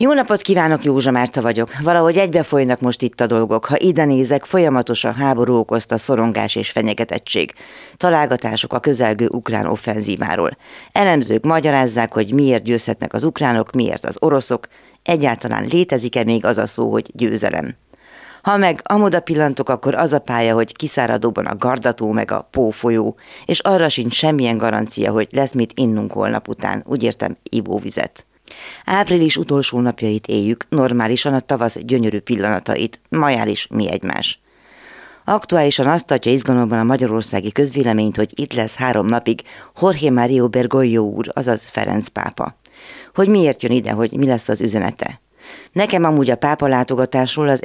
Jó napot kívánok, Józsa Márta vagyok. Valahogy egybefolynak most itt a dolgok. Ha ide nézek, folyamatos a háború okozta szorongás és fenyegetettség. Találgatások a közelgő ukrán offenzíváról. Elemzők magyarázzák, hogy miért győzhetnek az ukránok, miért az oroszok. Egyáltalán létezik-e még az a szó, hogy győzelem? Ha meg amoda pillantok, akkor az a pálya, hogy kiszáradóban a Gardató meg a Pó folyó, és arra sincs semmilyen garancia, hogy lesz mit innunk holnap után, úgy értem, ivóvizet. Április utolsó napjait éljük, normálisan a tavasz gyönyörű pillanatait, majál is mi egymás. Aktuálisan azt tartja izgalomban a magyarországi közvéleményt, hogy itt lesz 3 napig Jorge Mario Bergoglio úr, azaz Ferenc pápa. Hogy miért jön ide, hogy mi lesz az üzenete? Nekem amúgy a pápa látogatásról az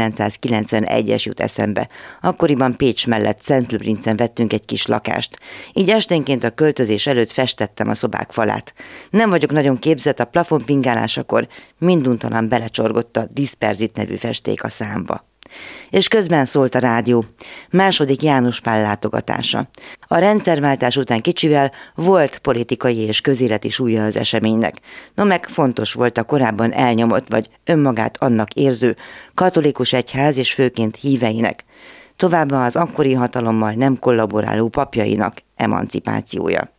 1991-es jut eszembe. Akkoriban Pécs mellett Szentlőrincen vettünk egy kis lakást. Így esténként a költözés előtt festettem a szobák falát. Nem vagyok nagyon képzett, a plafon pingálásakor minduntalan belecsorgott a Disperzit nevű festék a számba. És közben szólt a rádió. Második János Pál látogatása. A rendszerváltás után kicsivel volt politikai és közéleti súlya az eseménynek. No meg fontos volt a korábban elnyomott vagy önmagát annak érző katolikus egyház és főként híveinek. Továbbá az akkori hatalommal nem kollaboráló papjainak emancipációja.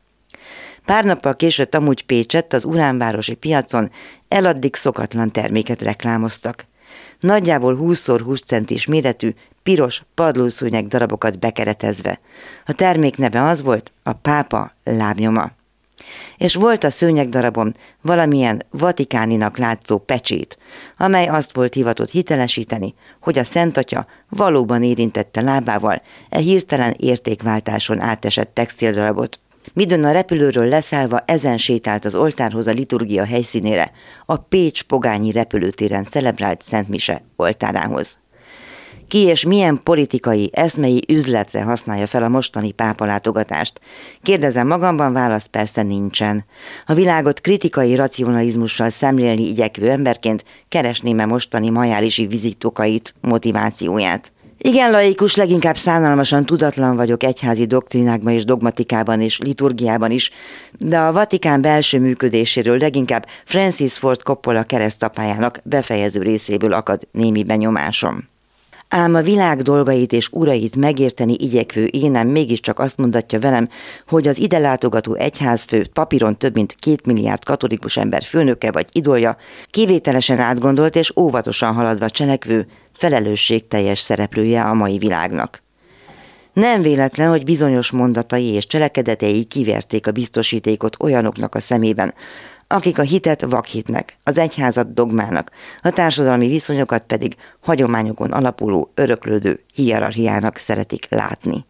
Pár nappal később amúgy Pécsett az Uránvárosi piacon eladdig szokatlan terméket reklámoztak. Nagyjából 20x20 centis méretű, piros padlószőnyeg darabokat bekeretezve. A termék neve az volt, a pápa lábnyoma. És volt a szőnyegdarabon valamilyen vatikáninak látszó pecsét, amely azt volt hivatott hitelesíteni, hogy a Szent Atya valóban érintette lábával hirtelen értékváltáson átesett textildarabot. Midőn a repülőről leszállva ezen sétált az oltárhoz a liturgia helyszínére, a Pécs-Pogányi repülőtéren celebrált Szent Mise oltárához. Ki és milyen politikai, eszmei üzletre használja fel a mostani pápa látogatást? Kérdezem magamban, válasz persze nincsen. A világot kritikai racionalizmussal szemlélni igyekvő emberként keresném-e mostani majálisi vizitokait, motivációját? Igen, laikus, leginkább szánalmasan tudatlan vagyok egyházi doktrinákban és dogmatikában és liturgiában is, de a Vatikán belső működéséről leginkább Francis Ford Coppola keresztapájának befejező részéből akad némi benyomásom. Ám a világ dolgait és urait megérteni igyekvő énem mégiscsak azt mondatja velem, hogy az ide látogató egyházfő, papíron több mint 2 milliárd katolikus ember főnöke vagy idolja, kivételesen átgondolt és óvatosan haladva cselekvő, felelősségteljes szereplője a mai világnak. Nem véletlen, hogy bizonyos mondatai és cselekedetei kiverték a biztosítékot olyanoknak a szemében, akik a hitet vakhitnek, az egyházat dogmának, a társadalmi viszonyokat pedig hagyományokon alapuló, öröklődő hierarchiának szeretik látni.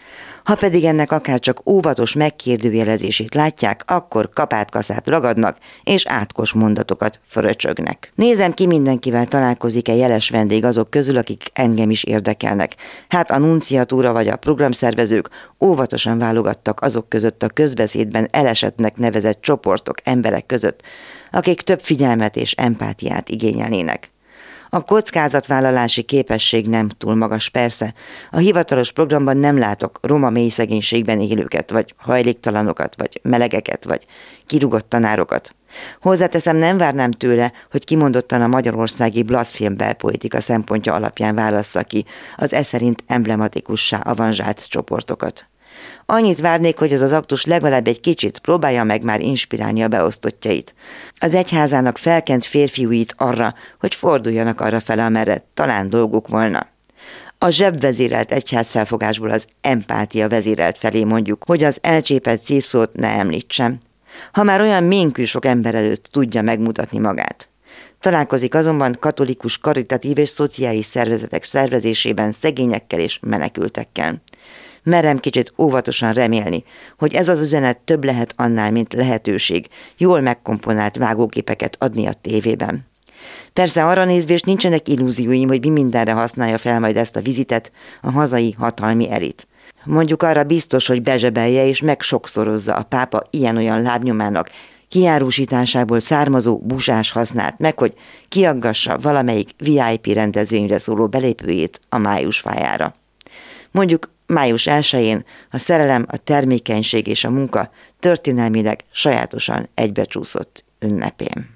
Ha pedig ennek akárcsak óvatos megkérdőjelezését látják, akkor kapátkaszát ragadnak, és átkos mondatokat fröcsögnek. Nézem ki, mindenkivel találkozik-e jeles vendég azok közül, akik engem is érdekelnek. Hát a nunciatúra vagy a programszervezők óvatosan válogattak azok között a közbeszédben elesettnek nevezett csoportok, emberek között, akik több figyelmet és empátiát igényelnének. A kockázatvállalási képesség nem túl magas persze. A hivatalos programban nem látok roma mély szegénységben élőket, vagy hajléktalanokat, vagy melegeket, vagy kirúgott tanárokat. Hozzáteszem, nem várnám tőle, hogy kimondottan a magyarországi blaszfém belpolitika szempontja alapján válassza ki az szerint emblematikussá avanzsált csoportokat. Annyit várnék, hogy ez az aktus legalább egy kicsit próbálja meg már inspirálni a beosztottjait. Az egyházának felkent férfiúit arra, hogy forduljanak arra fele, amerre talán dolguk volna. A zsebvezérelt egyházfelfogásból az empátia vezérelt felé mondjuk, hogy az elcsépelt szívszót ne említsem. Ha már olyan ménkű sok ember előtt tudja megmutatni magát. Találkozik azonban katolikus, karitatív és szociális szervezetek szervezésében szegényekkel és menekültekkel. Merem kicsit óvatosan remélni, hogy ez az üzenet több lehet annál, mint lehetőség, jól megkomponált vágóképeket adni a tévében. Persze arra nézvés nincsenek illúzióim, hogy mi mindenre használja fel majd ezt a vizitet a hazai hatalmi elit. Mondjuk arra biztos, hogy bezsebelje és megsokszorozza a pápa ilyen-olyan lábnyomának kiárusításából származó busás hasznát, meg hogy kiaggassa valamelyik VIP rendezvényre szóló belépőjét a májusfájára. Mondjuk május 1-én a szerelem, a termékenység és a munka történelmileg sajátosan egybecsúszott ünnepén.